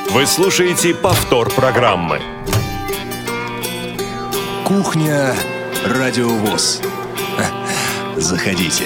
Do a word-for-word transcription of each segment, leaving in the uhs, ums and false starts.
Вы слушаете повтор программы. Кухня Радио ВОС. Заходите.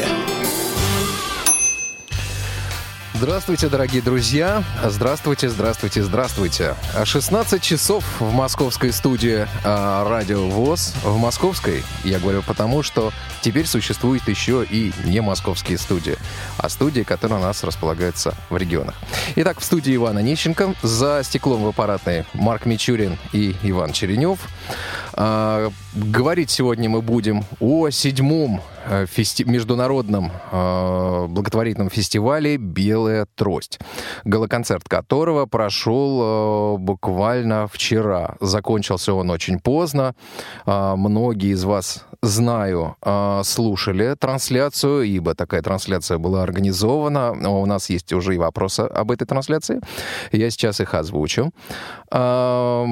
Здравствуйте, дорогие друзья. Здравствуйте, здравствуйте, здравствуйте. шестнадцать часов в московской студии э, Радио ВОС. В московской, я говорю потому, что теперь существуют еще и не московские студии, а студии, которые у нас располагаются в регионах. Итак, в студии Иван Онищенко, за стеклом в аппаратной Марк Мичурин и Иван Черенев. Э, говорить сегодня мы будем о седьмом фести- международном э, благотворительном фестивале «Белая трость», галоконцерт которого прошел э, буквально вчера. Закончился он очень поздно. Э, многие из вас, знаю, э, слушали трансляцию, ибо такая трансляция была организована. У нас есть уже и вопросы об этой трансляции. Я сейчас их озвучу. Э,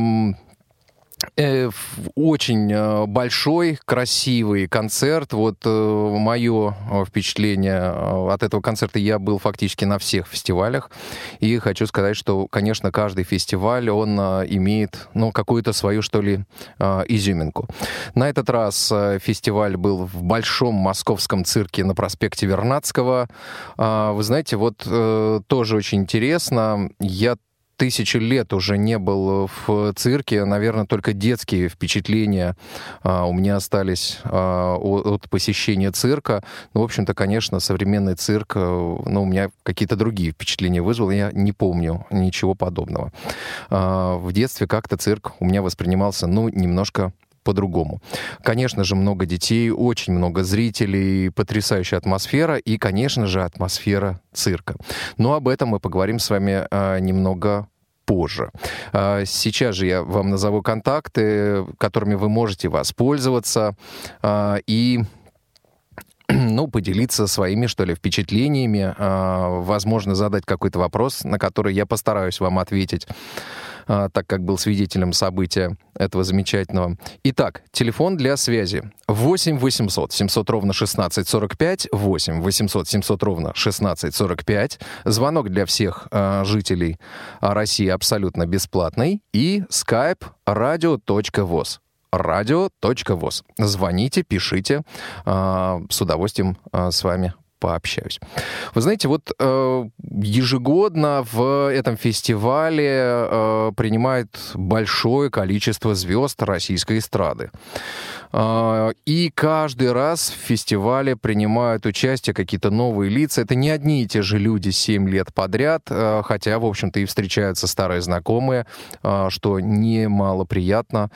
Очень большой, красивый концерт. Вот мое впечатление от этого концерта: я был фактически на всех фестивалях. И хочу сказать, что, конечно, каждый фестиваль, он имеет, ну, какую-то свою, что ли, изюминку. На этот раз фестиваль был в Большом московском цирке на проспекте Вернадского. Вы знаете, вот тоже очень интересно. Я тысячи лет уже не был в цирке. Наверное, только детские впечатления а, у меня остались а, от, от посещения цирка. Ну, в общем-то, конечно, современный цирк, ну, у меня какие-то другие впечатления вызвал. Я не помню ничего подобного. А, в детстве как-то цирк у меня воспринимался, ну, немножко по-другому. Конечно же, много детей, очень много зрителей, потрясающая атмосфера и, конечно же, атмосфера цирка. Но об этом мы поговорим с вами а, немного позже. А, сейчас же я вам назову контакты, которыми вы можете воспользоваться а, и ну, поделиться своими, что ли, впечатлениями, а, возможно, задать какой-то вопрос, на который я постараюсь вам ответить, так как был свидетелем события этого замечательного. Итак, телефон для связи восемь восемьсот семьсот ровно шестнадцать сорок пять, восемь восемьсот семьсот ровно шестнадцать сорок пять. Звонок для всех э, жителей России абсолютно бесплатный. И skype radio.voz. radio.voz. Звоните, пишите. Э, с удовольствием э, с вами пообщаюсь. Вы знаете, вот э, ежегодно в этом фестивале э, принимает большое количество звезд российской эстрады. Э, и каждый раз в фестивале принимают участие какие-то новые лица. Это не одни и те же люди семь лет подряд, э, хотя, в общем-то, и встречаются старые знакомые, э, что немало приятно.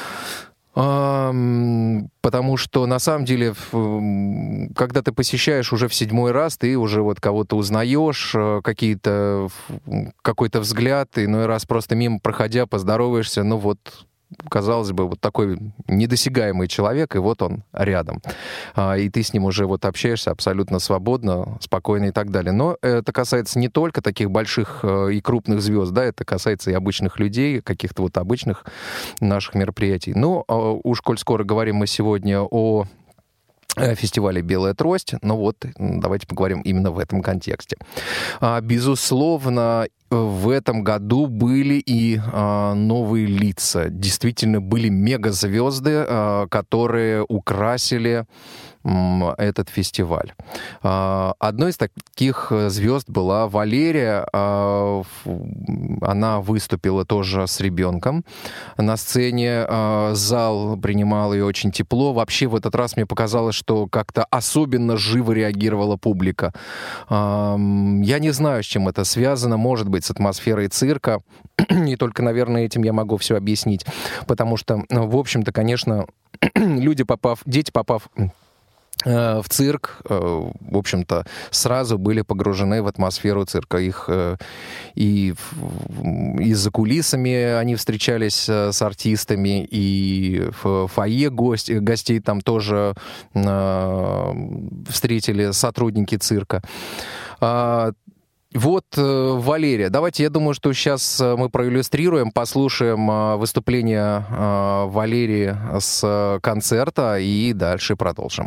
Потому что, на самом деле, когда ты посещаешь уже в седьмой раз, ты уже вот кого-то узнаешь, какие-то, какой-то взгляд, иной раз просто мимо проходя поздороваешься, ну вот, казалось бы, вот такой недосягаемый человек, и вот он рядом. И ты с ним уже вот общаешься абсолютно свободно, спокойно и так далее. Но это касается не только таких больших и крупных звезд, да, это касается и обычных людей, каких-то вот обычных наших мероприятий. Ну, уж коль скоро говорим мы сегодня о фестивале «Белая трость», ну вот, давайте поговорим именно в этом контексте. Безусловно, в этом году были и а, новые лица. Действительно, были мегазвезды, а, которые украсили м, этот фестиваль. А, одной из таких звезд была Валерия. А, она выступила тоже с ребенком на сцене. А, зал принимал ее очень тепло. Вообще, в этот раз мне показалось, что как-то особенно живо реагировала публика. А, я не знаю, с чем это связано. Может быть, с атмосферой цирка. И только, наверное, этим я могу все объяснить. Потому что, в общем-то, конечно, люди, попав, дети, попав э, в цирк, э, в общем-то, сразу были погружены в атмосферу цирка. Их э, и, и за кулисами они встречались э, с артистами, и в фойе гость, гостей там тоже э, встретили сотрудники цирка. А, Вот, Валерия, давайте, я думаю, что сейчас мы проиллюстрируем, послушаем выступление Валерии с концерта и дальше продолжим.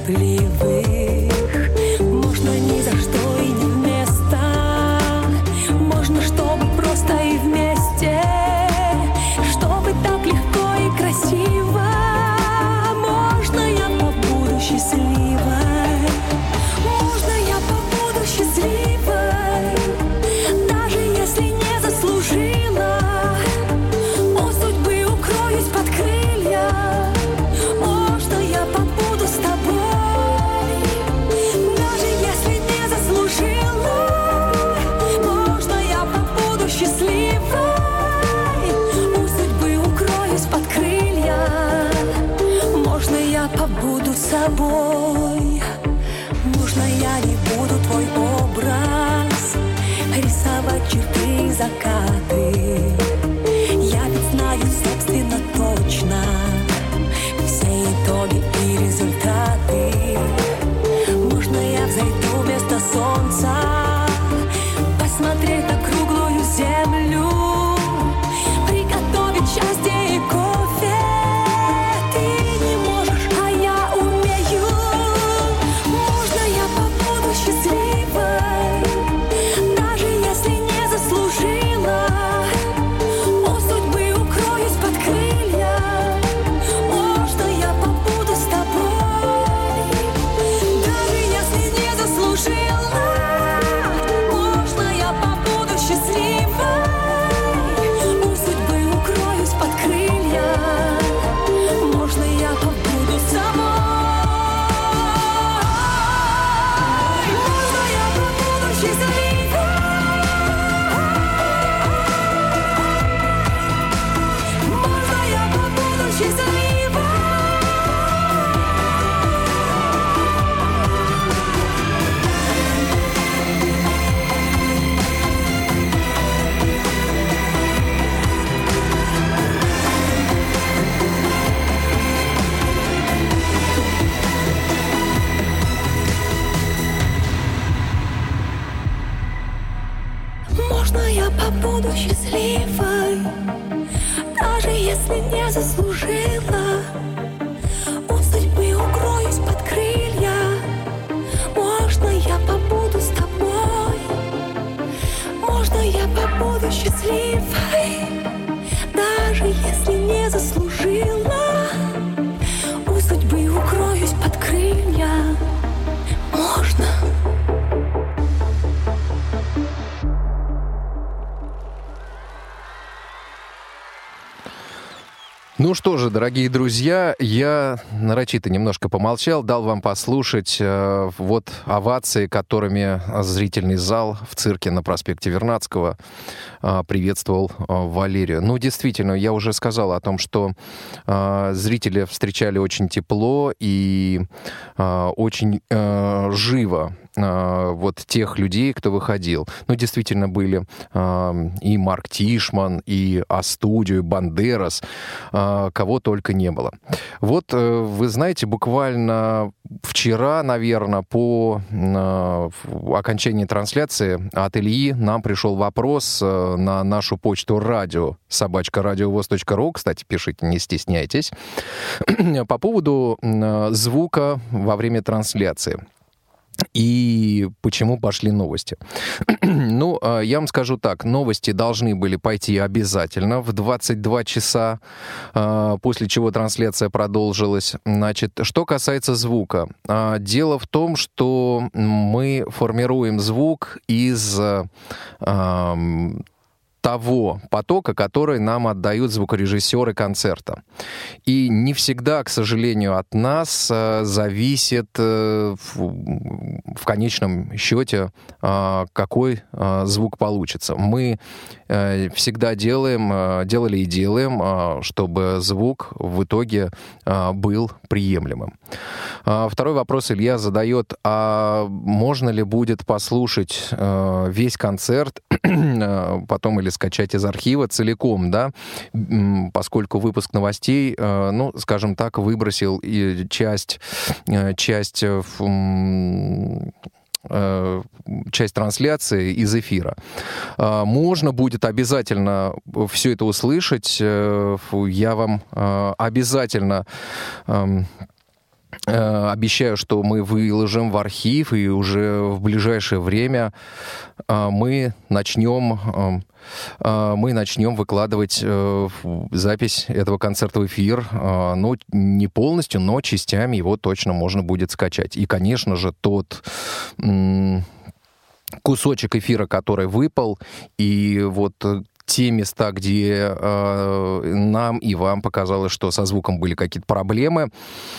прозорливых. Можно ни за что и не вместо. Можно, чтобы просто и вместе. Чтобы так легко и красиво. Можно я побуду счастливой. Можно я побуду счастливой. Даже если не заслужила. У судьбы укроюсь под крылья. Можно я побуду с тобой. Даже если не заслужила. Можно я побуду счастливой. У судьбы укроюсь под крылья. Можно я побуду собой. Можно я не буду твой образ рисовать черты и закаты. Я ведь знаю, собственно, точно все итоги и результаты. Можно я взойду вместо солнца, посмотреть на круглую землю, приготовить счастье и кофе. Ты не можешь, а я умею. Можно я побуду счастливой, даже если не заслужила. У судьбы укроюсь под крылья. Можно я побуду с тобой, даже если не заслужила. Можно я побуду счастливой. У судьбы укроюсь под крылья. Можно я побуду собой. Можно я побуду счастливой. Можно я побуду счастливой. Можно я побуду счастливой, даже если не заслужила. У судьбы укроюсь под крылья. Можно я побуду с тобой. Можно я побуду счастливой, даже если не заслужила. У судьбы укроюсь под крылья. Можно. Ну что же, дорогие друзья, я нарочито немножко помолчал, дал вам послушать э, вот овации, которыми зрительный зал в цирке на проспекте Вернадского э, приветствовал э, Валерию. Ну, действительно, я уже сказал о том, что э, зрители встречали очень тепло и э, очень э, живо э, вот тех людей, кто выходил. Ну, действительно, были э, и Марк Тишман, и А-студио, и Бандерас, э, кого только не было. Вот, вы знаете, буквально вчера, наверное, по э, окончании трансляции от Ильи нам пришел вопрос э, на нашу почту радио, собачка радиовоз точка ру, кстати, пишите, не стесняйтесь, по поводу э, звука во время трансляции. И почему пошли новости? Ну, я вам скажу так, новости должны были пойти обязательно в двадцать два часа, после чего трансляция продолжилась. Значит, что касается звука. Дело в том, что мы формируем звук из того потока, который нам отдают звукорежиссеры концерта. И не всегда, к сожалению, от нас э, зависит э, в, в конечном счете, э, какой э, звук получится. Мы э, всегда делаем, э, делали и делаем, э, чтобы звук в итоге э, был приемлемым. Э, второй вопрос Илья задает, а можно ли будет послушать э, весь концерт, э, потом или скачать из архива целиком, да, поскольку выпуск новостей, ну, скажем так, выбросил и часть, часть, часть трансляции из эфира. Можно будет обязательно все это услышать. Я вам обязательно Обещаю, что мы выложим в архив, и уже в ближайшее время мы начнем, мы начнем выкладывать запись этого концерта в эфир. Ну, не полностью, но частями его точно можно будет скачать. И, конечно же, тот кусочек эфира, который выпал, и вот те места, где нам и вам показалось, что со звуком были какие-то проблемы,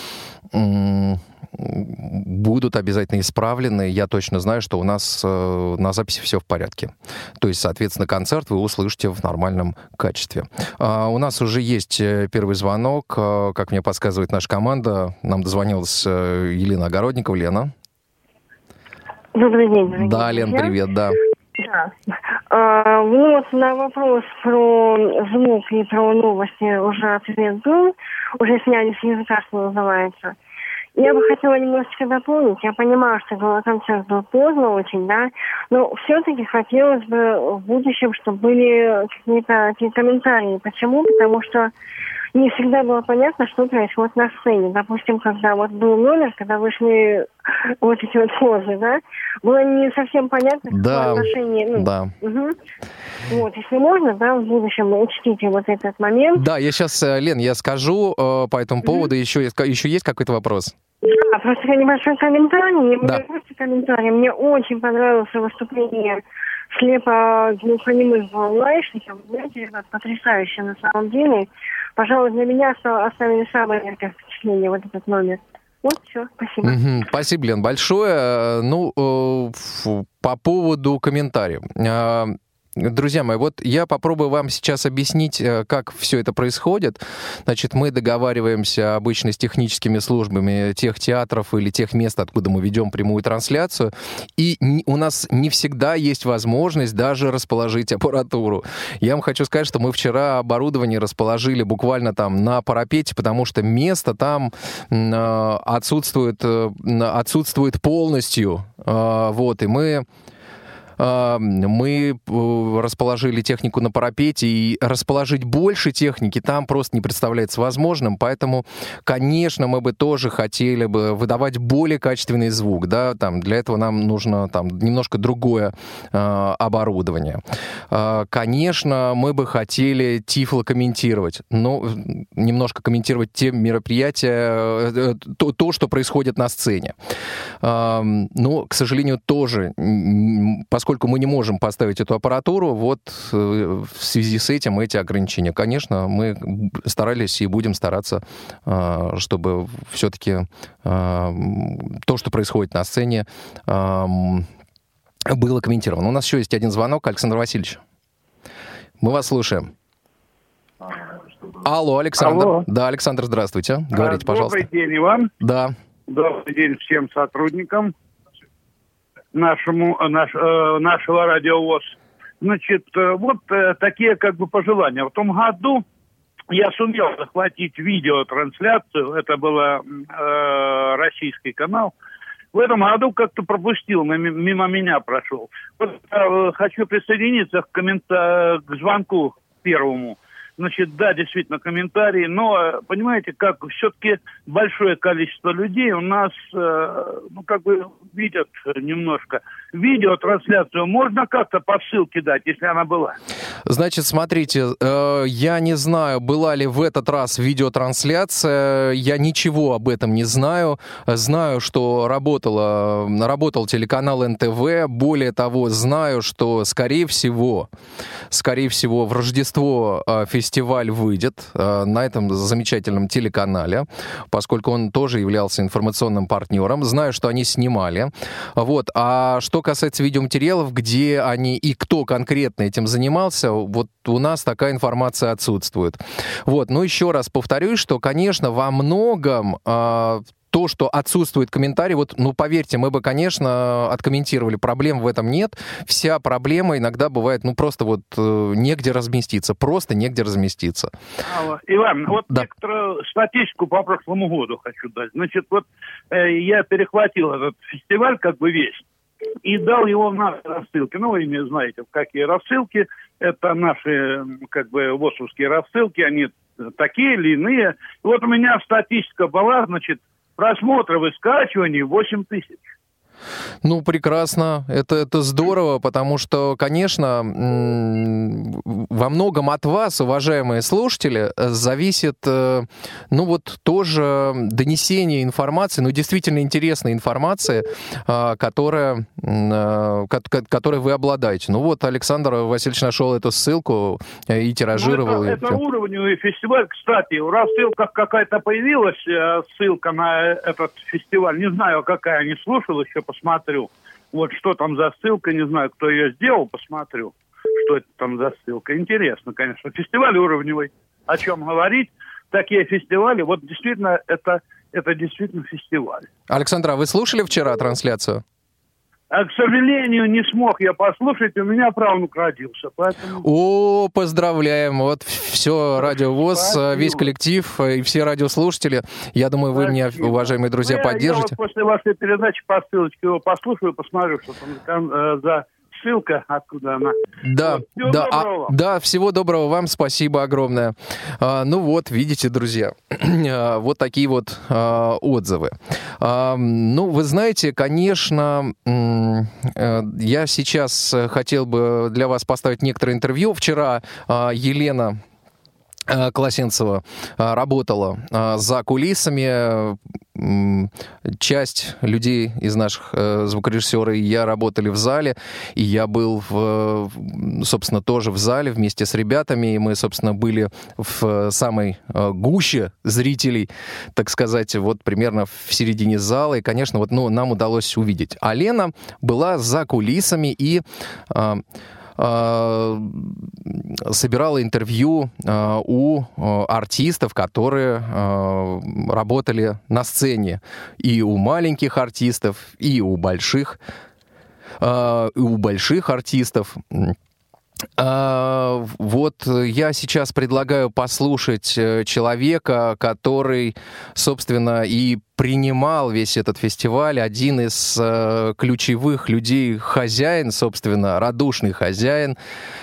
будут обязательно исправлены. Я точно знаю, что у нас э, на записи все в порядке. То есть, соответственно, концерт вы услышите в нормальном качестве. А, у нас уже есть первый звонок. А, как мне подсказывает наша команда, нам дозвонилась Елена Огородникова. Лена. Добрый день. Да, Лен, привет, да. Да. А, ну вот на вопрос про звук и про новости уже ответ был. Уже сняли с языка, что называется. Я бы хотела немножечко дополнить. Я понимаю, что концерт был поздно очень, да, но все-таки хотелось бы в будущем, чтобы были какие-то такие комментарии. Почему? Потому что не всегда было понятно, что происходит на сцене. Допустим, когда вот был номер, когда вышли вот эти вот позы, да, было не совсем понятно, да, какое отношение. Ну, да. Угу. Вот, если можно, да, в будущем учтите вот этот момент. Да, я сейчас, Лен, я скажу э, по этому поводу. Mm-hmm. Еще, еще есть какой-то вопрос? Да, просто небольшой комментарий. Да. Мне просто комментарий. Мне очень понравилось выступление слепо-глухонемых балалайшников. Знаете, ребят, потрясающе на самом деле. Пожалуй, для меня оставили самое яркое впечатление вот этот номер. Вот, все, спасибо. Mm-hmm. Спасибо, Лен, большое. Ну, э, по поводу комментариев. Э, Друзья мои, вот я попробую вам сейчас объяснить, как все это происходит. Значит, мы договариваемся обычно с техническими службами тех театров или тех мест, откуда мы ведем прямую трансляцию, и у нас не всегда есть возможность даже расположить аппаратуру. Я вам хочу сказать, что мы вчера оборудование расположили буквально там на парапете, потому что место там отсутствует, отсутствует полностью. Вот, и мы... Мы расположили технику на парапете, и расположить больше техники там просто не представляется возможным, поэтому, конечно, мы бы тоже хотели бы выдавать более качественный звук, да, там, для этого нам нужно там немножко другое э, оборудование. Э, конечно, мы бы хотели тифлокомментировать, но немножко комментировать те мероприятия, э, то, то, что происходит на сцене. Э, но, к сожалению, тоже, поскольку Поскольку мы не можем поставить эту аппаратуру, вот в связи с этим эти ограничения. Конечно, мы старались и будем стараться, чтобы все-таки то, что происходит на сцене, было комментировано. У нас еще есть один звонок. Александр Васильевич, мы вас слушаем. Алло, Александр. Алло. Да, Александр, здравствуйте. Говорите, пожалуйста. Добрый день, Иван. Да. Добрый день всем сотрудникам нашему, наш, э, нашего радио ВОС. Значит, э, вот э, такие как бы пожелания. В том году я сумел захватить видеотрансляцию, это был э, российский канал. В этом году как-то пропустил, мимо меня прошел. Вот э, хочу присоединиться к, коммента... к звонку первому. Значит, да, действительно, комментарии, но, понимаете, как все-таки большое количество людей у нас, э, ну, как бы видят немножко. Видеотрансляцию можно как-то по ссылке дать, если она была? Значит, смотрите, э, я не знаю, была ли в этот раз видеотрансляция, я ничего об этом не знаю. Знаю, что работала, работал телеканал эн тэ вэ, более того, знаю, что, скорее всего, скорее всего, в Рождество э, фестиваль выйдет э, на этом замечательном телеканале, поскольку он тоже являлся информационным партнером. Знаю, что они снимали. Вот. А что касается видеоматериалов, где они и кто конкретно этим занимался, вот у нас такая информация отсутствует. Вот. Но еще раз повторюсь, что, конечно, во многом э, то, что отсутствует комментарий, вот, ну, поверьте, мы бы, конечно, откомментировали, проблем в этом нет. Вся проблема иногда бывает, ну, просто вот э, негде разместиться, просто негде разместиться. Алло. Иван, вот да. некоторую статистику по прошлому году хочу дать. Значит, вот э, я перехватил этот фестиваль, как бы весь, и дал его в наши рассылки. Ну, вы не знаете, какие рассылки. Это наши, как бы, ВОСовские рассылки, они такие или иные. И вот у меня статистика была, значит, просмотров и скачиваний восемь тысяч. Ну, прекрасно. Это, это здорово, потому что, конечно, во многом от вас, уважаемые слушатели, зависит, ну, вот тоже донесение информации, ну, действительно интересной информации, которая, которой вы обладаете. Ну, вот Александр Васильевич нашел эту ссылку и тиражировал. Ну, это, это уровневый фестиваль. Кстати, в рассылках какая-то появилась ссылка на этот фестиваль. Не знаю, какая, не слушал еще, посмотрю. Вот что там за ссылка, не знаю, кто ее сделал, посмотрю, что это там за ссылка. Интересно, конечно. Фестиваль уровневый. О чем говорить? Такие фестивали, вот действительно, это, это действительно фестиваль. Александр, а вы слушали вчера трансляцию? А, к сожалению, не смог я послушать, у меня правнук родился, поэтому... О, поздравляем! Вот все Радио ВОС, Спасибо. Весь коллектив и все радиослушатели. Я думаю, вы Спасибо. Меня, уважаемые друзья, я, поддержите. Я вот после вашей передачи по ссылочке его послушаю, посмотрю, что там э, за ссылка, откуда она. Да, вот, всего да, а, да, всего доброго вам, спасибо огромное. А, ну вот, видите, друзья, вот такие вот а, отзывы. А, ну, вы знаете, конечно, я сейчас хотел бы для вас поставить некоторое интервью. Вчера а, Елена Колосенцева работала за кулисами. Часть людей из наших звукорежиссеров и я работали в зале, и я был, в, собственно, тоже в зале вместе с ребятами, и мы, собственно, были в самой гуще зрителей, так сказать, вот примерно в середине зала, и, конечно, вот, ну, нам удалось увидеть. А Лена была за кулисами и... собирала интервью у артистов, которые работали на сцене. И у маленьких артистов, и у больших, и у больших артистов. Вот я сейчас предлагаю послушать человека, который, собственно, и принимал весь этот фестиваль, один из ключевых людей, хозяин, собственно, радушный хозяин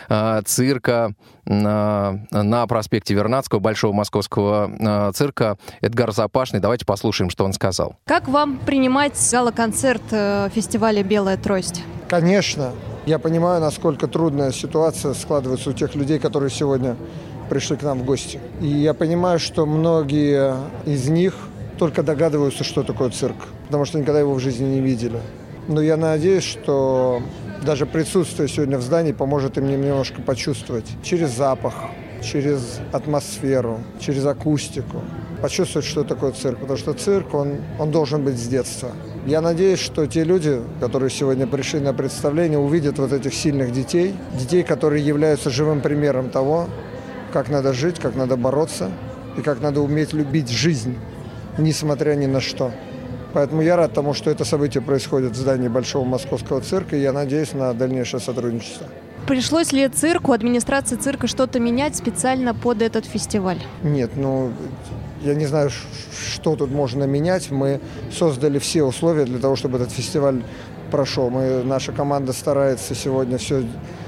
цирка на, на проспекте Вернадского, Большого московского цирка, Эдгар Запашный. Давайте послушаем, что он сказал. Как вам принимать гала-концерт фестиваля «Белая трость»? Конечно. Я понимаю, насколько трудная ситуация складывается у тех людей, которые сегодня пришли к нам в гости. И я понимаю, что многие из них только догадываются, что такое цирк, потому что никогда его в жизни не видели. Но я надеюсь, что даже присутствие сегодня в здании поможет им немножко почувствовать через запах, через атмосферу, через акустику, почувствовать, что такое цирк. Потому что цирк, он, он должен быть с детства. Я надеюсь, что те люди, которые сегодня пришли на представление, увидят вот этих сильных детей, детей, которые являются живым примером того, как надо жить, как надо бороться и как надо уметь любить жизнь, несмотря ни на что. Поэтому я рад тому, что это событие происходит в здании Большого московского цирка, и я надеюсь на дальнейшее сотрудничество. Пришлось ли цирку, администрации цирка что-то менять специально под этот фестиваль? Нет, ну, я не знаю, что тут можно менять. Мы создали все условия для того, чтобы этот фестиваль прошел. Мы, наша команда старается сегодня все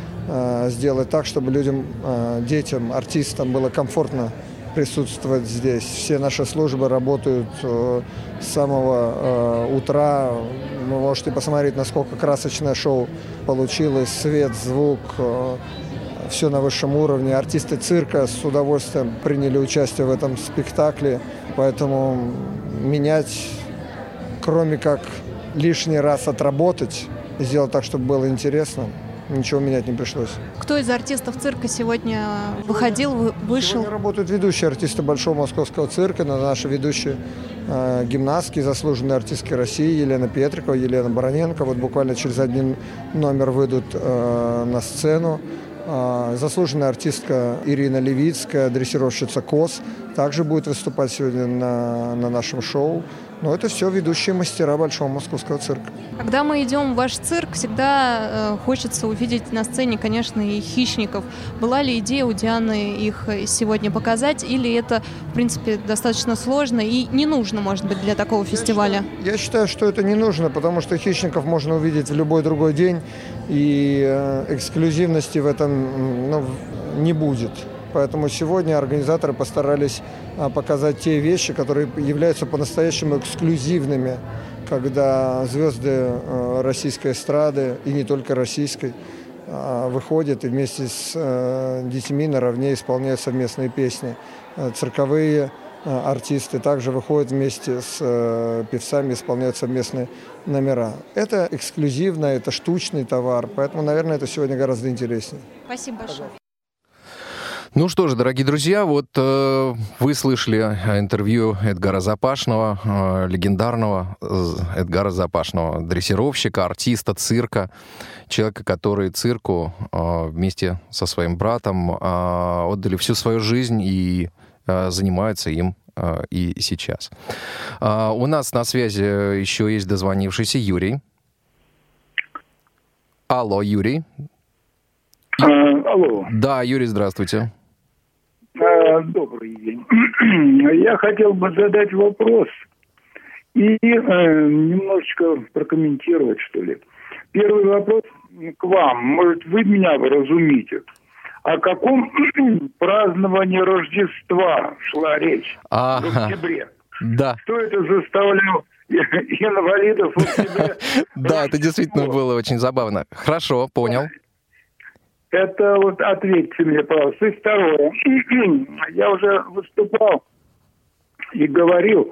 э, сделать так, чтобы людям, э, детям, артистам было комфортно присутствовать здесь. Все наши службы работают э, с самого э, утра. Вы можете посмотреть, насколько красочное шоу получилось. Свет, звук, э, все на высшем уровне. Артисты цирка с удовольствием приняли участие в этом спектакле. Поэтому менять, кроме как лишний раз отработать и сделать так, чтобы было интересно, ничего менять не пришлось. Кто из артистов цирка сегодня выходил, вышел? Сегодня работают ведущие артисты Большого московского цирка, наши ведущие э, гимнастки, заслуженные артистки России, Елена Петрикова, Елена Бароненко. Вот буквально через один номер выйдут э, на сцену. Э, заслуженная артистка Ирина Левицкая, дрессировщица КОС, также будет выступать сегодня на, на нашем шоу. Но это все ведущие мастера Большого московского цирка. Когда мы идем в ваш цирк, всегда э, хочется увидеть на сцене, конечно, и хищников. Была ли идея у Дианы их сегодня показать, или это, в принципе, достаточно сложно и не нужно, может быть, для такого фестиваля? Я считаю, я считаю, что это не нужно, потому что хищников можно увидеть в любой другой день, и э, эксклюзивности в этом ну, не будет. Поэтому сегодня организаторы постарались показать те вещи, которые являются по-настоящему эксклюзивными, когда звезды российской эстрады, и не только российской, выходят и вместе с детьми наравне исполняют совместные песни. Цирковые артисты также выходят вместе с певцами, исполняют совместные номера. Это эксклюзивно, это штучный товар, поэтому, наверное, это сегодня гораздо интереснее. Спасибо большое. Ну что же, дорогие друзья, вот э, вы слышали интервью Эдгара Запашного, э, легендарного Эдгара Запашного, дрессировщика, артиста цирка, человека, который цирку э, вместе со своим братом э, отдали всю свою жизнь и э, занимаются им э, и сейчас. Э, у нас на связи еще есть дозвонившийся Юрий. Алло, Юрий. А, алло. Да, Юрий, здравствуйте. А, добрый день. Я хотел бы задать вопрос и э, немножечко прокомментировать, что ли. Первый вопрос к вам. Может, вы меня вразумите. О каком праздновании Рождества шла речь ага. в октябре? Да. Что это заставляло инвалидов в октябре? Да, это действительно было очень забавно. Хорошо, понял. Это вот ответьте мне, пожалуйста. И второе. Я уже выступал и говорил,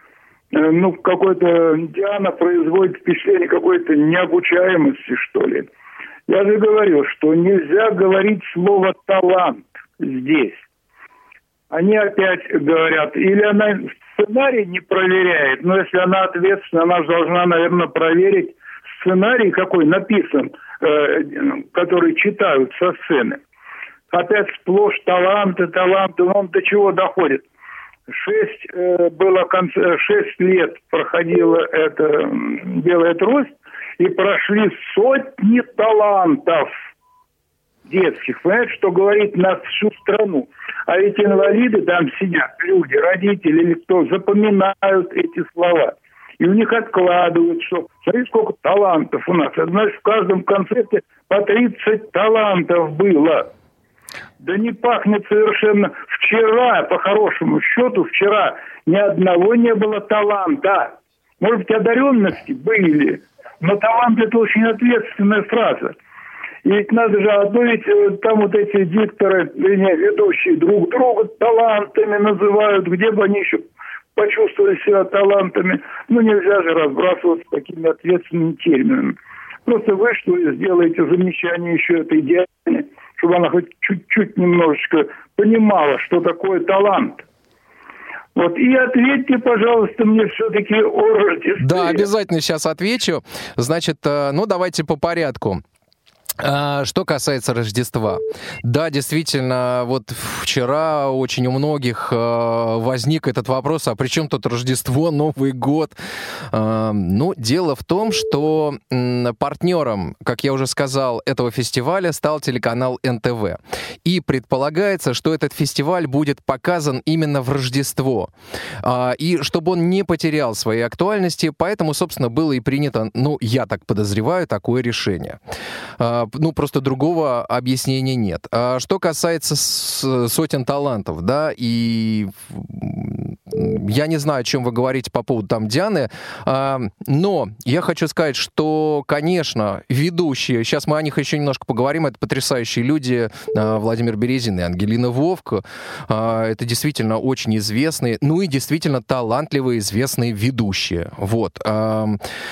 ну, какой-то Диана производит впечатление какой-то необучаемости, что ли. Я же говорил, что нельзя говорить слово «талант» здесь. Они опять говорят, или она сценарий не проверяет, но если она ответственна, она же должна, наверное, проверить сценарий, какой написан, э, который читают со сцены. Опять сплошь таланты, таланты, он до чего доходит? Шесть, э, было, шесть лет проходила эта «Белая трость», и прошли сотни талантов детских, понимаете, что говорит на всю страну. А ведь инвалиды там сидят, люди, родители или кто, запоминают эти слова. И у них откладывают, что смотри, сколько талантов у нас. Это значит, в каждом концерте по тридцать талантов было. Да не пахнет совершенно. Вчера, по хорошему счету, вчера ни одного не было таланта. Может быть, одаренности были, но талант — это очень ответственная фраза. И ведь надо же, а то ведь там вот эти дикторы, вернее, ведущие друг друга талантами называют, где бы они еще почувствовали себя талантами. Ну, нельзя же разбрасываться такими ответственными терминами. Просто вы, что ли, сделаете замечание еще этой Диане, чтобы она хоть чуть-чуть немножечко понимала, что такое талант. Вот, и ответьте, пожалуйста, мне все-таки о Рождестве. Да, обязательно сейчас отвечу. Значит, ну, давайте по порядку. Что касается Рождества, да, действительно, вот вчера очень у многих возник этот вопрос, а при чем тут Рождество, Новый год? Ну, дело в том, что партнером, как я уже сказал, этого фестиваля стал телеканал эн тэ вэ. И предполагается, что этот фестиваль будет показан именно в Рождество. И чтобы он не потерял своей актуальности, поэтому, собственно, было и принято, ну, я так подозреваю, такое решение. Ну, просто другого объяснения нет. А что касается сотен талантов, да, и я не знаю, о чем вы говорите по поводу там Дианы, а, но я хочу сказать, что, конечно, ведущие, сейчас мы о них еще немножко поговорим, это потрясающие люди, а, Владимир Березин и Ангелина Вовк, а, это действительно очень известные, ну и действительно талантливые, известные ведущие. Вот. А,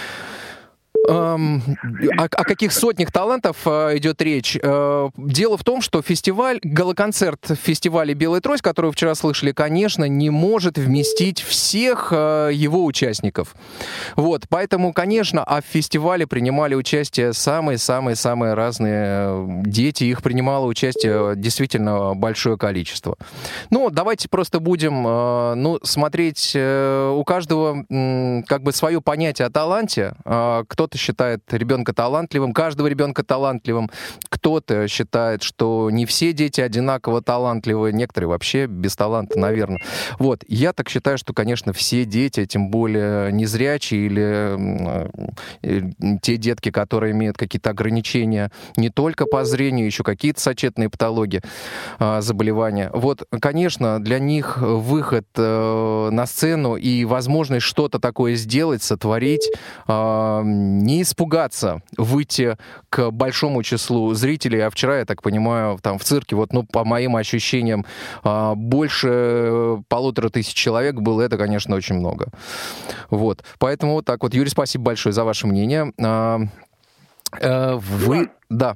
Эм, о, о каких сотнях талантов э, идет речь? Э, дело в том, что фестиваль, галоконцерт в фестивале «Белая трость», который вы вчера слышали, конечно, не может вместить всех э, его участников. Вот, поэтому, конечно, а в фестивале принимали участие самые-самые-самые разные дети, их принимало участие действительно большое количество. Ну, давайте просто будем э, ну, смотреть, э, у каждого э, как бы свое понятие о таланте. Э, кто-то кто-то считает ребенка талантливым, каждого ребенка талантливым, кто-то считает, что не все дети одинаково талантливы, некоторые вообще без таланта, наверное. Вот, я так считаю, что, конечно, все дети, тем более незрячие или э, те детки, которые имеют какие-то ограничения не только по зрению, еще какие-то сочетанные патологии, э, заболевания. Вот, конечно, для них выход э, на сцену и возможность что-то такое сделать, сотворить, э, не испугаться, выйти к большому числу зрителей. А вчера, я так понимаю, там в цирке, вот, ну, по моим ощущениям, э, больше полутора тысяч человек было. Это, конечно, очень много. Вот. Поэтому вот так вот. Юрий, спасибо большое за ваше мнение. А, а, вы... Да.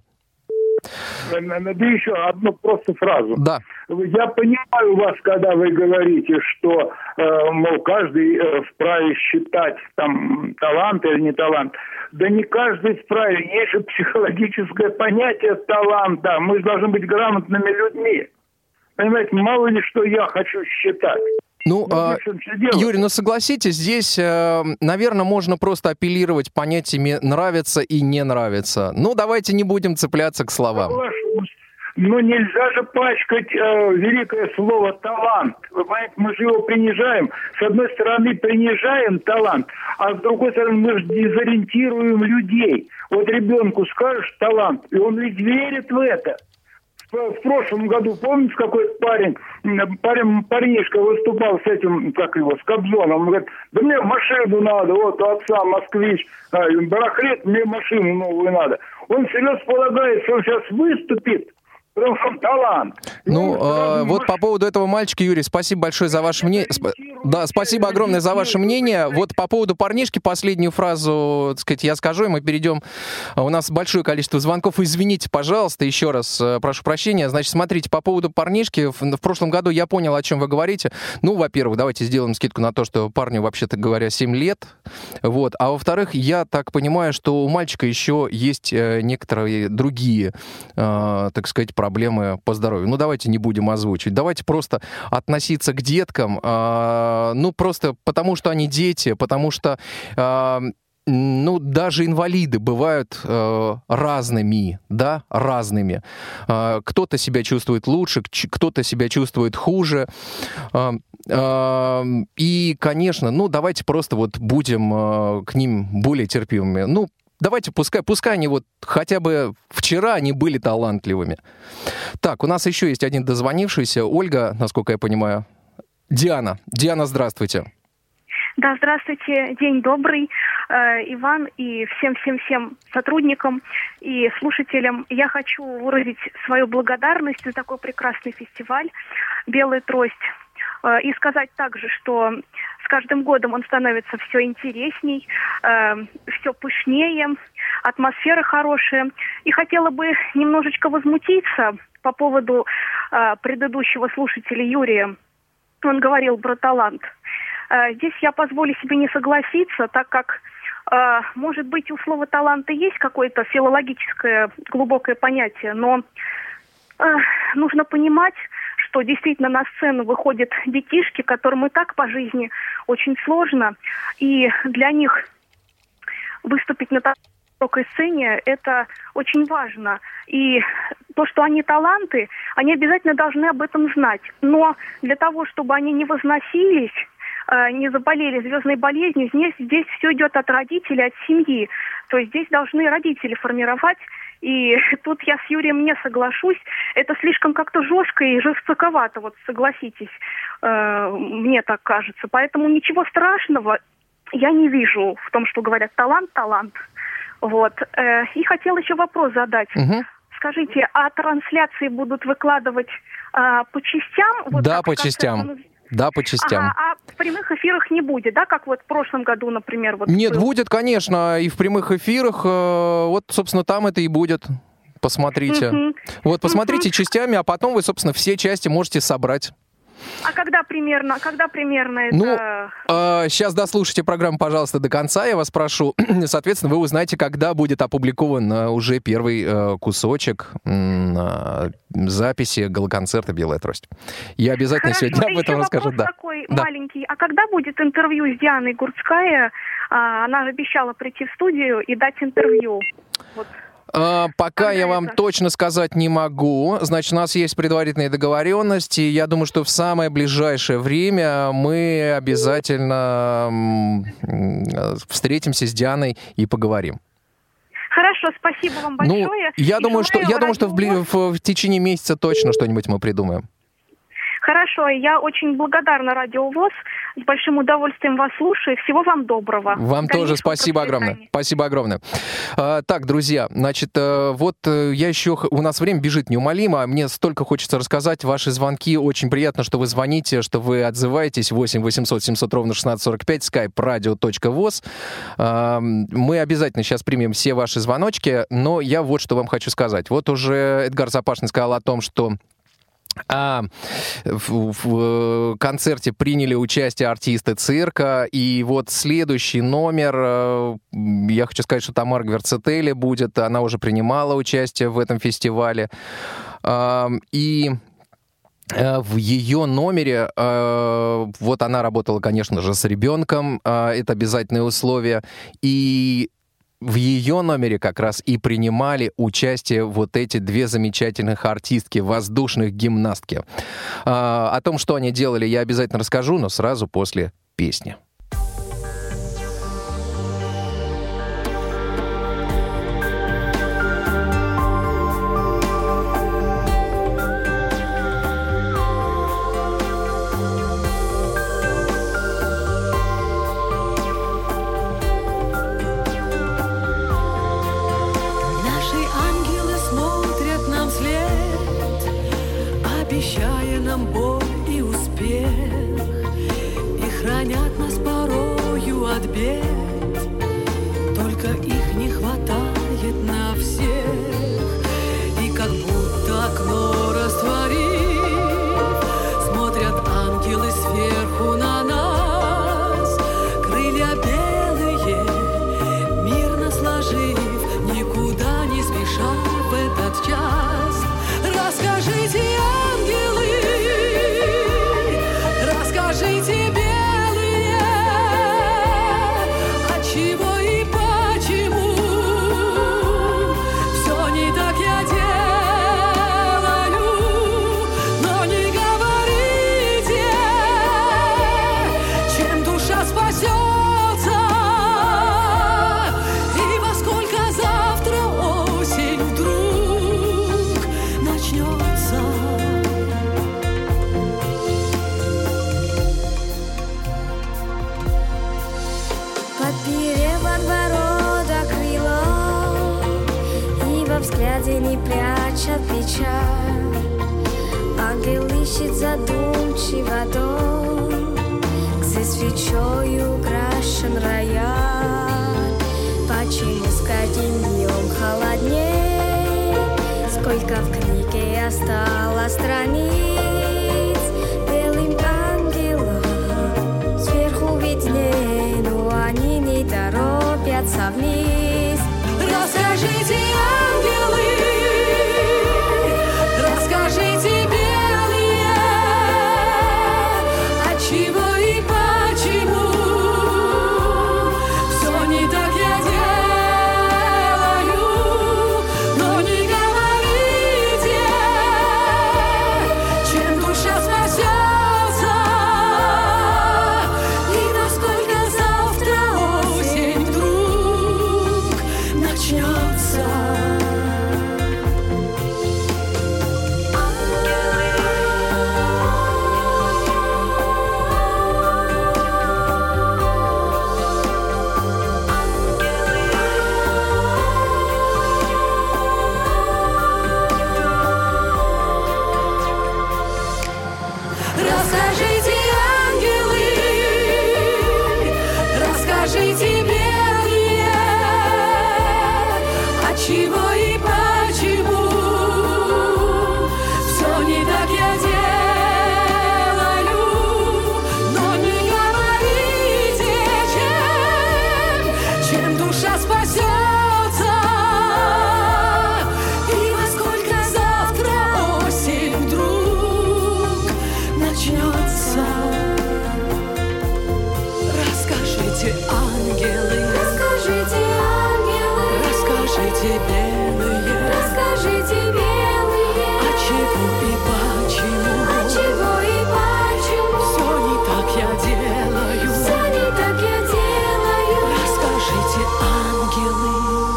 Надо еще одну просто фразу. Да. Я понимаю вас, когда вы говорите, что, э, мол, каждый э, вправе считать там талант или не талант. Да не каждый вправе. Есть же психологическое понятие таланта. Мы же должны быть грамотными людьми. Понимаете, мало ли что я хочу считать. Ну, а, Юрий, ну согласитесь, здесь, э, наверное, можно просто апеллировать понятиями «нравится» и «не нравится». Ну, давайте не будем цепляться к словам. Но нельзя же пачкать э, великое слово «талант». Вы понимаете, мы же его принижаем. С одной стороны, принижаем талант, а с другой стороны, мы же дезориентируем людей. Вот ребенку скажешь «талант», и он ведь верит в это. В прошлом году, помните, какой-то парень, парень, парнишка выступал с этим, как его, с Кобзоном, он говорит, да мне машину надо, вот отца москвич, барахлет, мне машину новую надо. Он серьезно полагает, что он сейчас выступит, потому что он талант. Ну, э, вот по поводу этого мальчика, Юрий, спасибо большое за ваше мнение. Сп... Да, спасибо огромное за ваше мнение. Вот по поводу парнишки последнюю фразу, так сказать, я скажу, и мы перейдем. У нас большое количество звонков. Извините, пожалуйста, еще раз прошу прощения. Значит, смотрите, по поводу парнишки, в, в прошлом году я понял, о чем вы говорите. Ну, во-первых, давайте сделаем скидку на то, что парню, вообще-то говоря, семь лет. Вот. А во-вторых, я так понимаю, что у мальчика еще есть некоторые другие, э, так сказать, проблемы по здоровью. Ну, давайте не будем озвучивать. Давайте просто относиться к деткам, э, ну, просто потому, что они дети, потому что, э, ну, даже инвалиды бывают э, разными, да, разными. Э, кто-то себя чувствует лучше, кто-то себя чувствует хуже. Э, э, и, конечно, ну, давайте просто вот будем э, к ним более терпимыми. Ну, давайте, пускай, пускай они вот хотя бы вчера они были талантливыми. Так, у нас еще есть один дозвонившийся. Ольга, насколько я понимаю. Диана. Диана, здравствуйте. Да, здравствуйте. День добрый, э, Иван, и всем-всем-всем сотрудникам и слушателям. Я хочу выразить свою благодарность за такой прекрасный фестиваль «Белая трость». Э, и сказать также, что с каждым годом он становится все интересней, э, все пышнее, атмосфера хорошая. И хотела бы немножечко возмутиться по поводу э, предыдущего слушателя Юрия. Он говорил про талант. Э, здесь я позволю себе не согласиться, так как, э, может быть, у слова «талант» и есть какое-то филологическое глубокое понятие, но э, нужно понимать, что действительно на сцену выходят детишки, которым и так по жизни очень сложно, и для них выступить на высокой сцене – это очень важно. И то, что они таланты, они обязательно должны об этом знать. Но для того, чтобы они не возносились, не заболели звездной болезнью, здесь, здесь все идет от родителей, от семьи. То есть здесь должны родители формировать. И тут я с Юрием не соглашусь. Это слишком как-то жестко и жестоковато, вот согласитесь, э, мне так кажется. Поэтому ничего страшного я не вижу в том, что говорят талант, талант. Вот. Э, и хотела еще вопрос задать. Угу. Скажите, а трансляции будут выкладывать э, по частям? Вот да, по частям. Концерт... Да, по частям. Ага, а в прямых эфирах не будет, да, как вот в прошлом году, например? Вот Нет, был. Будет, конечно, и в прямых эфирах. Вот, собственно, там это и будет. Посмотрите. Uh-huh. Вот, посмотрите uh-huh. частями, а потом вы, собственно, все части можете собрать. А когда примерно, когда примерно это... Ну, э, сейчас дослушайте программу, пожалуйста, до конца, я вас прошу. Соответственно, вы узнаете, когда будет опубликован э, уже первый э, кусочек э, записи галоконцерта «Белая трость». Я обязательно Хорошо, сегодня об этом расскажу. Да. Такой да. маленький. А когда будет интервью с Дианой Гурцкая А, она обещала прийти в студию и дать интервью. Вот. А, пока я вам точно сказать не могу. Значит, у нас есть предварительные договоренности. Я думаю, что в самое ближайшее время мы обязательно встретимся с Дианой и поговорим. Хорошо, спасибо вам большое. Ну, я думаю, что, я думаю, что в, в, в течение месяца точно что-нибудь мы придумаем. Хорошо, я очень благодарна Радио ВОС. С большим удовольствием вас слушаю. Всего вам доброго. Вам тоже спасибо огромное. Спасибо огромное. А, так, друзья, значит, вот я еще... У нас время бежит неумолимо. Мне столько хочется рассказать. Ваши звонки. Очень приятно, что вы звоните, что вы отзываетесь. восемь восемьсот семьсот ровно шестнадцать сорок пять, skype radio точка voz. А, мы обязательно сейчас примем все ваши звоночки, но я вот что вам хочу сказать. Вот уже Эдгар Запашный сказал о том, что А в, в концерте приняли участие артисты цирка, и вот следующий номер, я хочу сказать, что Тамара Гверцетели будет, она уже принимала участие в этом фестивале, и в ее номере, вот она работала, конечно же, с ребенком, это обязательное условие, и в ее номере как раз и принимали участие вот эти две замечательных артистки, воздушных гимнастки. А, о том, что они делали, я обязательно расскажу, но сразу после песни. Обещая нам боль и успех, и хранят нас порою от бед. Только их не хватает на всех, и как будто окно растворив, смотрят ангелы сверху на нас, крылья белые, мирно сложив, никуда не спеша в этот час. Расскажите, ангелы, расскажите, белые, отчего и почему все не так я делаю, но не говорите, чем душа спасется, и во сколько завтра осень вдруг начнется. Подперев подбородок крылом, и во взгляде не прячет печаль, ангел ищет задумчиво дом, где свечой украшен рояль. Почему с каждым днем холодней? Сколько в книге осталось страниц, белым ангелам сверху видней, но они не торопятся вниз. Расскажите, ангелы, расскажите, белые, отчего и почему все не так я делаю, но не говорите, чем душа спасется, и насколько завтра осень вдруг Расскажите, белые, Расскажите, белые, а чего и почему, а чего и почему все не так я делаю. все не так я делаю. Расскажите, ангелы.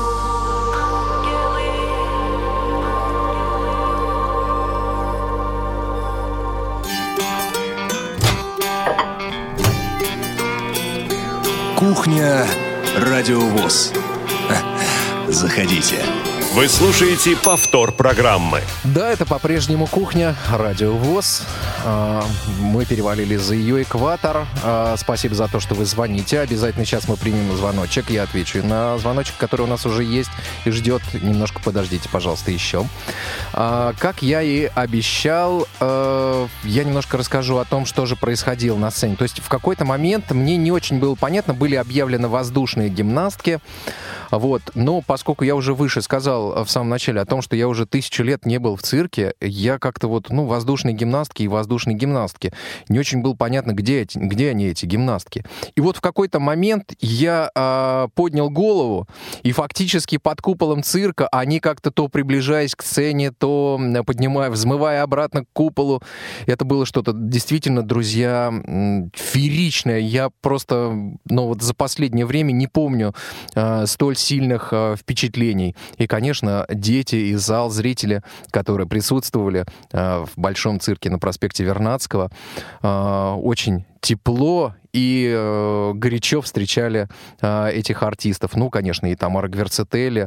Кухня Радио ВОС. Заходите. Вы слушаете повтор программы. Да, это по-прежнему кухня Радио ВОС. А, Мы перевалили за ее экватор. А, Спасибо за то, что вы звоните. Обязательно сейчас мы примем звоночек. Я отвечу на звоночек, который у нас уже есть и ждет. Немножко подождите, пожалуйста, еще. А, Как я и обещал, э, я немножко расскажу о том, что же происходило на сцене. То есть в какой-то момент мне не очень было понятно, были объявлены воздушные гимнастки. Вот. Но поскольку я уже выше сказал в самом начале о том, что я уже тысячу лет не был в цирке, я как-то вот, ну, воздушные гимнастки и воздушные гимнастки. Не очень было понятно, где, эти, где они, эти гимнастки. И вот в какой-то момент я э, поднял голову, и фактически под куполом цирка они как-то то приближаясь к сцене, то поднимая, взмывая обратно к куполу. Это было что-то действительно, друзья, фееричное. Я просто, ну, вот за последнее время не помню э, столь сильных э, впечатлений. И, конечно, дети и зал, зрители, которые присутствовали э, в Большом цирке на проспекте Вернадского, э, очень тепло и э, горячо встречали э, этих артистов. Ну, конечно, и Тамара Гверцетели,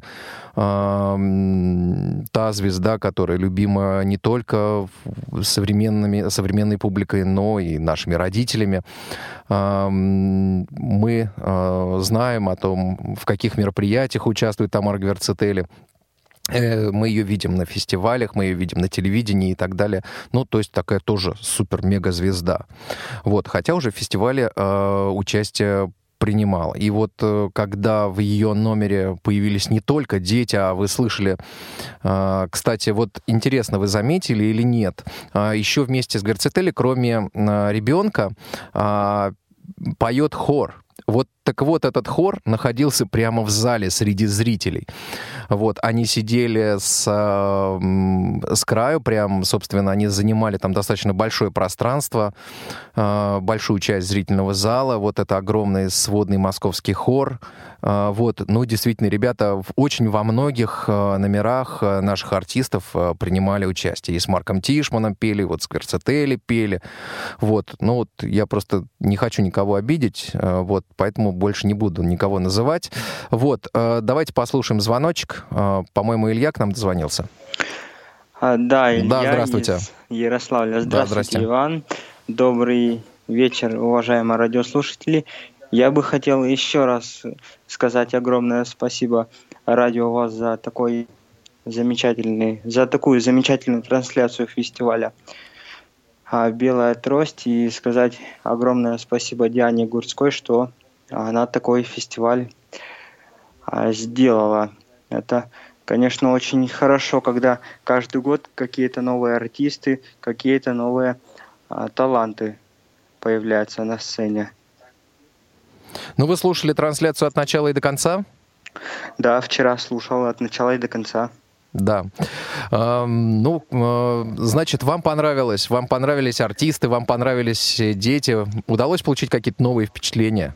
э, та звезда, которая любима не только современными, современной публикой, но и нашими родителями. Э, мы э, знаем о том, в каких мероприятиях участвует Тамара Гверцетели. Мы ее видим на фестивалях, мы ее видим на телевидении и так далее. Ну, то есть такая тоже супер-мега-звезда. Вот. Хотя уже в фестивале э, участие принимал. И вот э, когда в ее номере появились не только дети, а вы слышали... Э, кстати, вот интересно, вы заметили или нет, э, еще вместе с Гверцетели, кроме э, ребенка, э, поет хор. Вот так вот этот хор находился прямо в зале среди зрителей. Вот, они сидели с, с краю, прям, собственно, они занимали там достаточно большое пространство, большую часть зрительного зала. Вот это огромный сводный московский хор. Вот, ну, действительно, ребята очень во многих номерах наших артистов принимали участие. И с Марком Тишманом пели, вот с Гверцетели пели. Вот, ну, вот я просто не хочу никого обидеть, вот, поэтому больше не буду никого называть. Вот, давайте послушаем звоночек. По-моему, Илья к нам дозвонился. А, да, Илья, да, здравствуйте. Из Ярославля. Здравствуйте, да, здравствуйте, Иван. Добрый вечер, уважаемые радиослушатели. Я бы хотел еще раз сказать огромное спасибо Радио ВОС за такой замечательный, за такую замечательную трансляцию фестиваля «Белая трость», и сказать огромное спасибо Диане Гурцкой, что она такой фестиваль сделала. Это, конечно, очень хорошо, когда каждый год какие-то новые артисты, какие-то новые а, таланты появляются на сцене. Ну, вы слушали трансляцию от начала и до конца? Да, вчера слушал от начала и до конца. Да. Э, ну, э, значит, вам понравилось, вам понравились артисты, вам понравились дети. Удалось получить какие-то новые впечатления?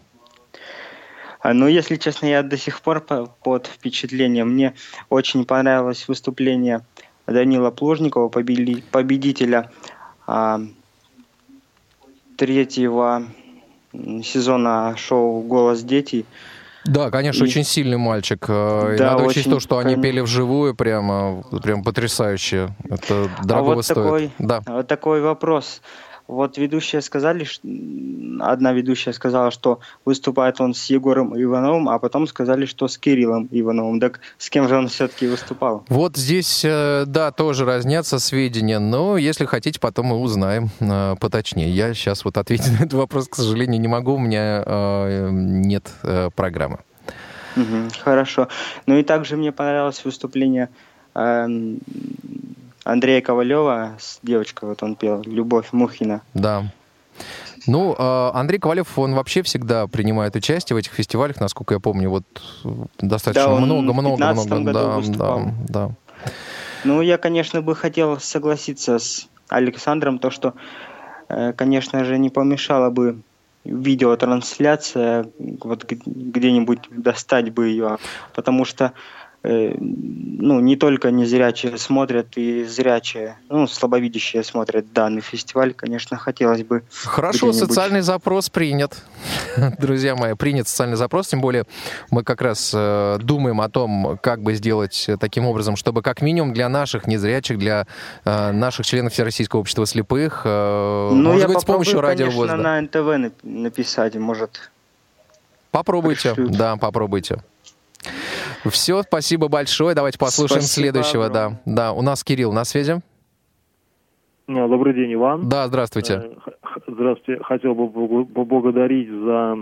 Ну, если честно, я до сих пор под впечатлением. Мне очень понравилось выступление Данила Плужникова, победителя а, третьего сезона шоу «Голос детей». Да, конечно, и... очень сильный мальчик. Да, и надо учесть то, что они конечно... пели вживую, прямо, прям потрясающе. Это дорого а вот стоит. Такой, да. Вот такой вопрос. Вот ведущие сказали, что... одна ведущая сказала, что выступает он с Егором Ивановым, а потом сказали, что с Кириллом Ивановым. Так с кем же он все-таки выступал? Вот здесь, да, тоже разнятся сведения, но если хотите, потом мы узнаем поточнее. Я сейчас вот ответить на этот вопрос, к сожалению, не могу, у меня э, нет э, программы. Угу, хорошо. Ну и также мне понравилось выступление э, Андрея Ковалева с девочкой, вот он пел, Любовь Мухина. Да. Ну, Андрей Ковалев, он вообще всегда принимает участие в этих фестивалях, насколько я помню, вот достаточно много-много-много. Да, да, выступал. да, да. Ну, я, конечно, бы хотел согласиться с Александром, то, что, конечно же, не помешало бы видеотрансляция, вот где-нибудь достать бы ее, потому что ну, не только незрячие смотрят, и зрячие, ну, слабовидящие смотрят данный фестиваль, конечно, хотелось бы... Хорошо, социальный запрос принят. Друзья мои, принят социальный запрос, тем более мы как раз э, думаем о том, как бы сделать таким образом, чтобы как минимум для наших незрячих, для э, наших членов Всероссийского общества слепых, э, ну, может я быть, с помощью радио ВОС. конечно, на эн тэ вэ написать, может... Попробуйте, пришлют. Да, попробуйте. Все, спасибо большое. Давайте послушаем спасибо следующего. Да. да, у нас Кирилл на связи. Добрый день, Иван. Да, здравствуйте. Здравствуйте. Хотел бы поблагодарить за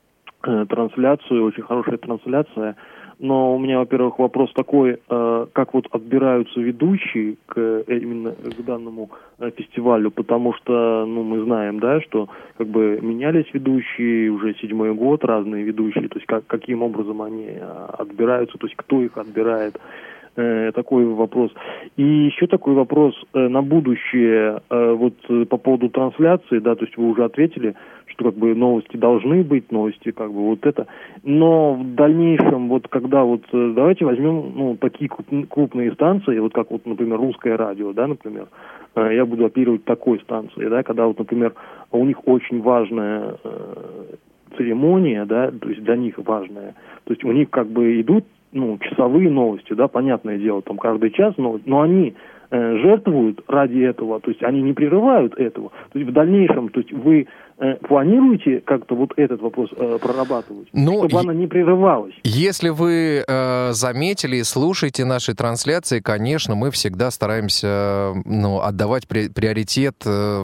трансляцию, очень хорошая трансляция. Но у меня, во-первых, вопрос такой, как вот отбираются ведущие к именно к данному фестивалю, потому что, ну, мы знаем, да, что как бы менялись ведущие, уже седьмой год, разные ведущие, то есть как, каким образом они отбираются, то есть кто их отбирает, э, такой вопрос. И еще такой вопрос э, на будущее, э, вот э, по поводу трансляции, да, то есть вы уже ответили, что как бы новости должны быть, новости как бы вот это, но в дальнейшем, вот когда вот, э, давайте возьмем, ну, такие крупные станции, вот как вот, например, Русское радио, да, например, я буду оперировать такой станцией, да, когда вот, например, у них очень важная э, церемония, да, то есть для них важная, то есть у них как бы идут, ну, часовые новости, да, понятное дело, там каждый час новости, но они э, жертвуют ради этого, то есть они не прерывают этого, то есть в дальнейшем, то есть вы э, планируете как-то вот этот вопрос э, прорабатывать, ну, чтобы е- она не прерывалась? Если вы э, заметили и слушаете наши трансляции, конечно, мы всегда стараемся, ну, отдавать при- приоритет э,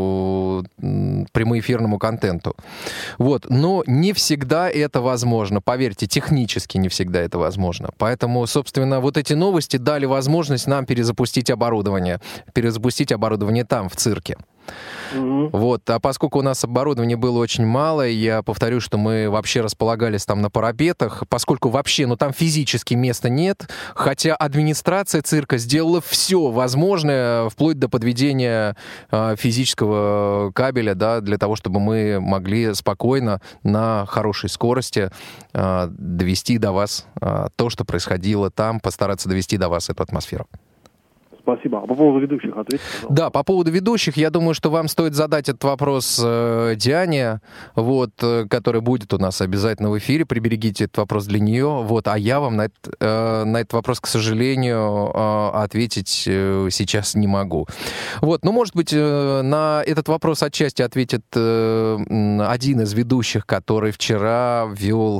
в, э, прямоэфирному контенту. Вот. Но не всегда это возможно. Поверьте, технически не всегда это возможно. Поэтому, собственно, вот эти новости дали возможность нам перезапустить оборудование. Перезапустить оборудование там, в цирке. Mm-hmm. Вот. А поскольку у нас оборудования было очень мало, я повторю, что мы вообще располагались там на парапетах, поскольку вообще, ну, там физически места нет, хотя администрация цирка сделала все возможное, вплоть до подведения э, физического кабеля, да, для того, чтобы мы могли спокойно на хорошей скорости э, довести до вас э, то, что происходило там, постараться довести до вас эту атмосферу. Спасибо. А по поводу ведущих ответьте, пожалуйста. Да, по поводу ведущих, я думаю, что вам стоит задать этот вопрос э, Диане, вот, э, которая будет у нас обязательно в эфире. Приберегите этот вопрос для нее. Вот, а я вам на, это, э, на этот вопрос, к сожалению, э, ответить э, сейчас не могу. Вот, ну, может быть, э, на этот вопрос отчасти ответит э, один из ведущих, который вчера вел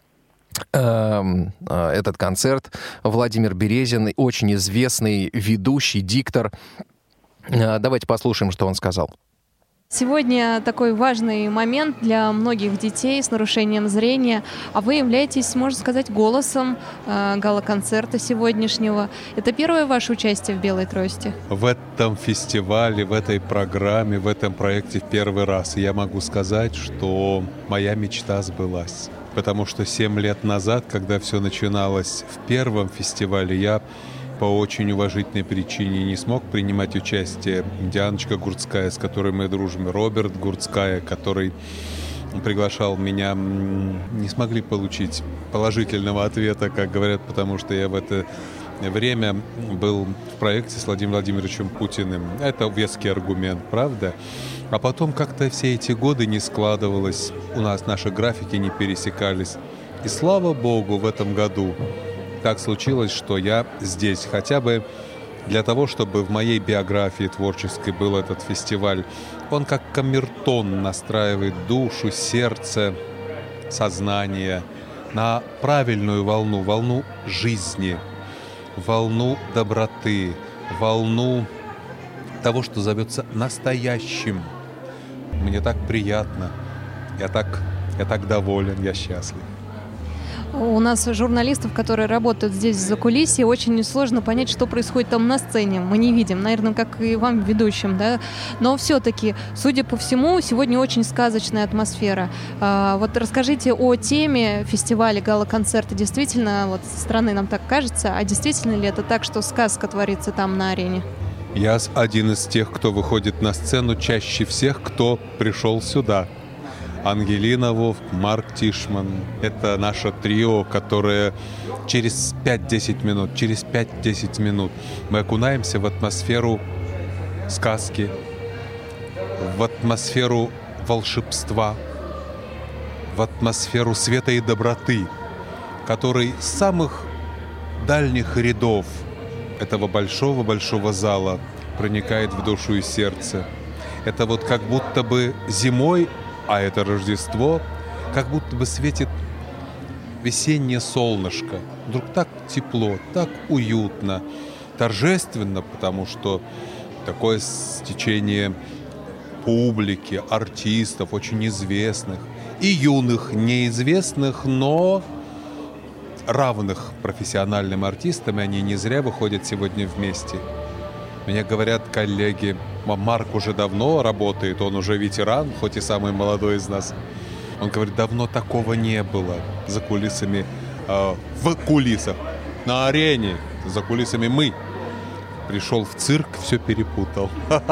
этот концерт, Владимир Березин, очень известный ведущий, диктор. Давайте послушаем, что он сказал. Сегодня такой важный момент для многих детей с нарушением зрения, а вы являетесь, можно сказать, голосом э, гала-концерта сегодняшнего. Это первое ваше участие в «Белой трости»? В этом фестивале, в этой программе, в этом проекте в первый раз. И я могу сказать, что моя мечта сбылась. Потому что семь лет назад, когда все начиналось в первом фестивале, я по очень уважительной причине не смог принимать участие. Дианочка Гурцкая, с которой мы дружим, Роберт Гурцкая, который приглашал меня, не смогли получить положительного ответа, как говорят, потому что я в это время был в проекте с Владимиром Владимировичем Путиным. Это веский аргумент, правда? А потом как-то все эти годы не складывалось, у нас наши графики не пересекались. И слава богу, в этом году так случилось, что я здесь. Хотя бы для того, чтобы в моей биографии творческой был этот фестиваль. Он как камертон настраивает душу, сердце, сознание на правильную волну, волну жизни, волну доброты, волну того, что зовется настоящим. Мне так приятно, я так, я так доволен, я счастлив. У нас журналистов, которые работают здесь в закулисье, очень сложно понять, что происходит там на сцене. Мы не видим, наверное, как и вам, ведущим, да. Но все-таки, судя по всему, сегодня очень сказочная атмосфера. А, вот расскажите о теме фестиваля гала-концерта. Действительно, вот со стороны нам так кажется, а действительно ли это так, что сказка творится там на арене? Я один из тех, кто выходит на сцену чаще всех, кто пришел сюда. Ангелина Вовк, Марк Тишман. Это наше трио, которое через пять-десять минут, через пять-десять минут мы окунаемся в атмосферу сказки, в атмосферу волшебства, в атмосферу света и доброты, который с самых дальних рядов этого большого-большого зала проникает в душу и сердце. Это вот как будто бы зимой, а это Рождество, как будто бы светит весеннее солнышко. Вдруг так тепло, так уютно, торжественно, потому что такое стечение публики, артистов, очень известных, и юных, неизвестных, но равных профессиональным артистам, и они не зря выходят сегодня вместе. Мне говорят коллеги, Марк уже давно работает, он уже ветеран, хоть и самый молодой из нас. Он говорит, давно такого не было за кулисами, э, в кулисах, на арене, за кулисами мы. Пришел в цирк, все перепутал.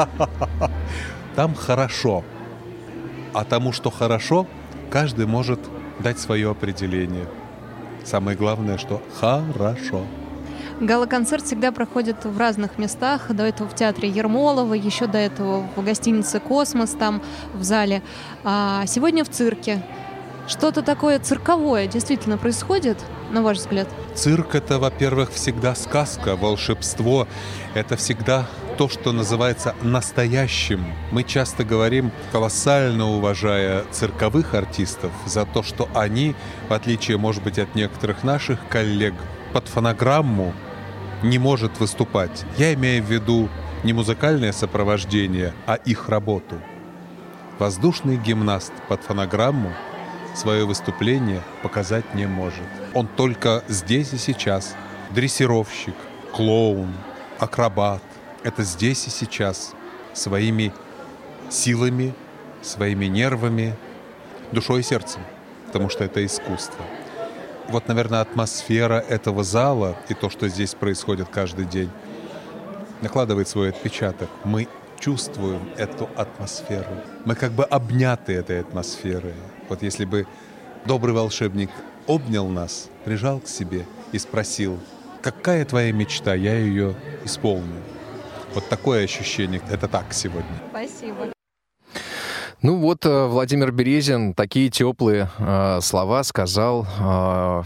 Там хорошо. А тому, что хорошо, каждый может дать свое определение. Самое главное, что хорошо. Гала-концерт всегда проходит в разных местах. До этого в театре Ермолова, еще до этого в гостинице «Космос», там в зале. А сегодня в цирке. Что-то такое цирковое действительно происходит, на ваш взгляд? Цирк — это, во-первых, всегда сказка, волшебство. Это всегда то, что называется настоящим. Мы часто говорим, колоссально уважая цирковых артистов, за то, что они, в отличие, может быть, от некоторых наших коллег, под фонограмму не может выступать. Я имею в виду не музыкальное сопровождение, а их работу. Воздушный гимнаст под фонограмму свое выступление показать не может. Он только здесь и сейчас. Дрессировщик, клоун, акробат. Это здесь и сейчас. Своими силами, своими нервами, душой и сердцем. Потому что это искусство. Вот, наверное, атмосфера этого зала и то, что здесь происходит каждый день, накладывает свой отпечаток. Мы чувствуем эту атмосферу. Мы как бы обняты этой атмосферой. Вот если бы добрый волшебник обнял нас, прижал к себе и спросил, какая твоя мечта, я ее исполню. Вот такое ощущение. Это так сегодня. Спасибо. Ну вот Владимир Березин такие теплые э, слова сказал э,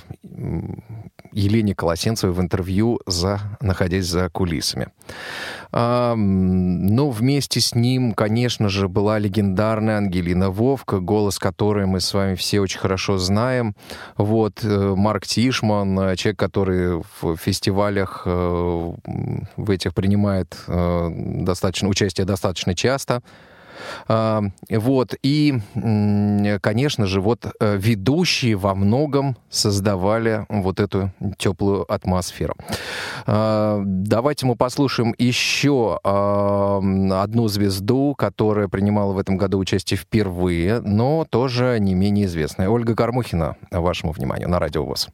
Елене Колосенцевой в интервью, за, находясь за кулисами. Э, но вместе с ним, конечно же, была легендарная Ангелина Вовк, голос которой мы с вами все очень хорошо знаем. Вот, э, Марк Тишман, человек, который в фестивалях э, в этих принимает э, достаточно, участие достаточно часто. Вот, и, конечно же, вот ведущие во многом создавали вот эту теплую атмосферу. Давайте мы послушаем еще одну звезду, которая принимала в этом году участие впервые, но тоже не менее известная. Ольга Кормухина, вашему вниманию, на Радио ВОС.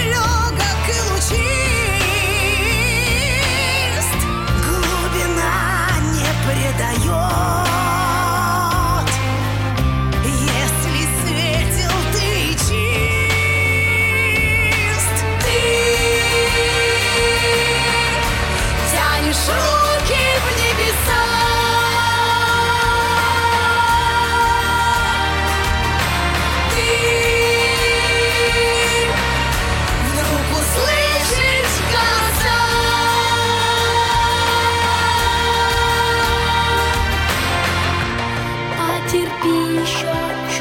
легок и лучист, глубина не предает, если светил ты чист. Ты тянешь руки в небеса, ты вдруг услышишь голоса. Потерпи еще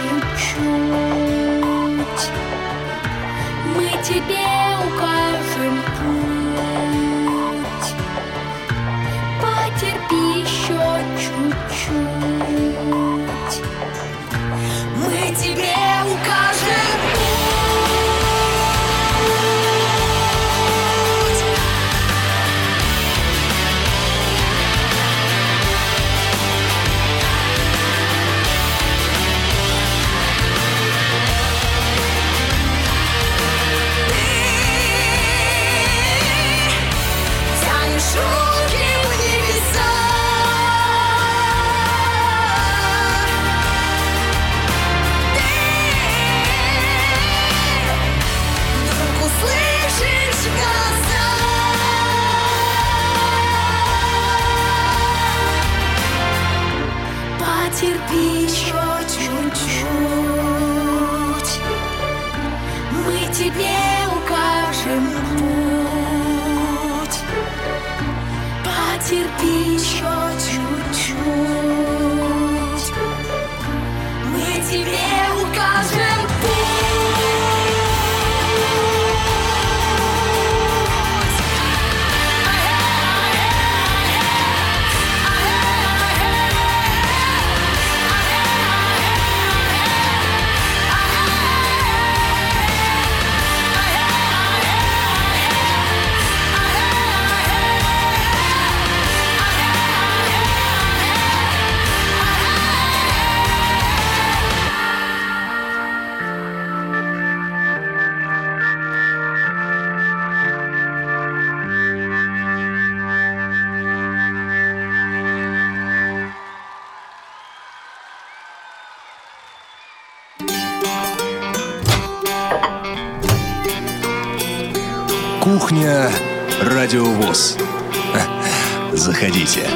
чуть-чуть, мы тебе укажем путь. Потерпи еще чуть-чуть, Мы тебе укажем путь. Ты тянешь руки в небеса, вдруг услышишь голоса. потерпи еще чуть-чуть, мы тебе укажем путь. Потерпи еще чуть-чуть, Мы тебе укажем Кухня Радио ВОС. Заходите.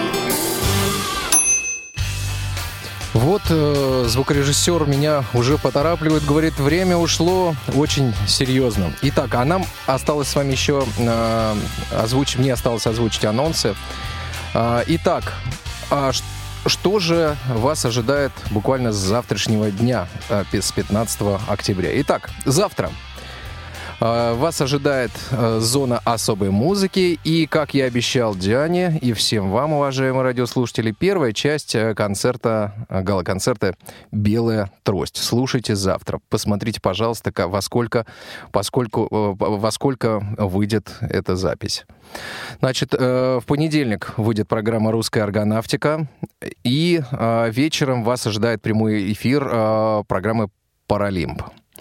Вот э, звукорежиссер меня уже поторапливает, говорит, время ушло очень серьезно. Итак, а нам осталось с вами еще э, озвучить, мне осталось озвучить анонсы. Э, итак, а ш- что же вас ожидает буквально с завтрашнего дня, э, с пятнадцатого октября? Итак, завтра вас ожидает зона особой музыки. И, как я обещал Диане и всем вам, уважаемые радиослушатели, первая часть концерта, гала-концерта «Белая трость». Слушайте завтра. Посмотрите, пожалуйста, во сколько, поскольку, во сколько выйдет эта запись. Значит, в понедельник выйдет программа «Русская органавтика». И вечером вас ожидает прямой эфир программы «Паралимп».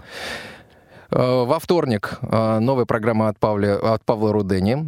Во вторник новая программа от Павла, от Павла Рудени.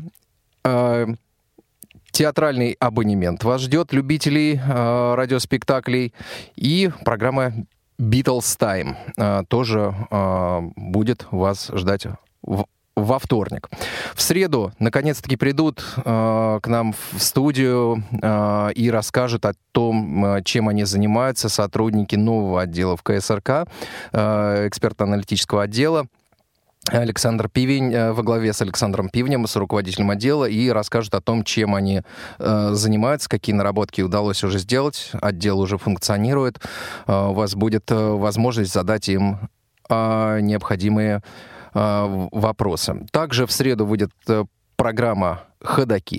Театральный абонемент вас ждет, любителей радиоспектаклей. И программа «Beatles Time» тоже будет вас ждать в во вторник. В среду, наконец-таки, придут э, к нам в студию э, и расскажут о том, чем они занимаются, сотрудники нового отдела в ка эс эр ка, э, экспертно-аналитического отдела. Александр Пивень э, во главе с Александром Пивнем, с руководителем отдела, и расскажут о том, чем они э, занимаются, какие наработки удалось уже сделать. Отдел уже функционирует. Э, у вас будет э, возможность задать им э, необходимые вопросы. Также в среду выйдет программа «Ходоки».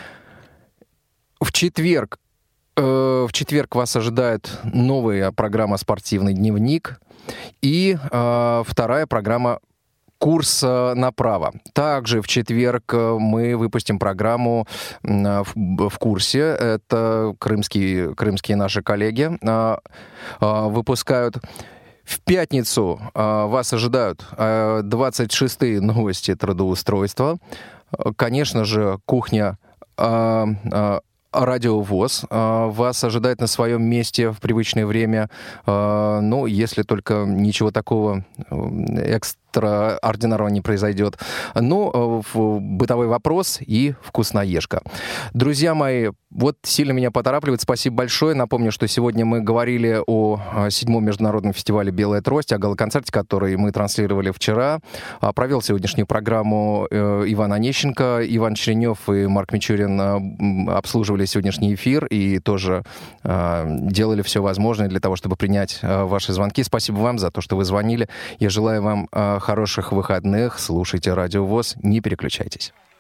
В четверг, э, в четверг вас ожидает новая программа «Спортивный дневник» и э, вторая программа «Курс направо». Также в четверг мы выпустим программу в, в курсе. Это крымские, крымские наши коллеги э, э, выпускают. В пятницу э, вас ожидают э, двадцать шестые новости трудоустройства. Конечно же, кухня э, э, Радио ВОС э, вас ожидает на своем месте в привычное время. Э, ну, если только ничего такого экстраординарного не произойдет. Ну, э, бытовой вопрос и вкусноежка. Друзья мои, вот сильно меня поторапливает. Спасибо большое. Напомню, что сегодня мы говорили о седьмом международном фестивале «Белая трость», о гала-концерте, который мы транслировали вчера. Провел сегодняшнюю программу Иван Онищенко, Иван Черенев и Марк Мичурин обслуживали сегодняшний эфир и тоже делали все возможное для того, чтобы принять ваши звонки. Спасибо вам за то, что вы звонили. Я желаю вам хороших выходных. Слушайте Радио ВОС. Не переключайтесь.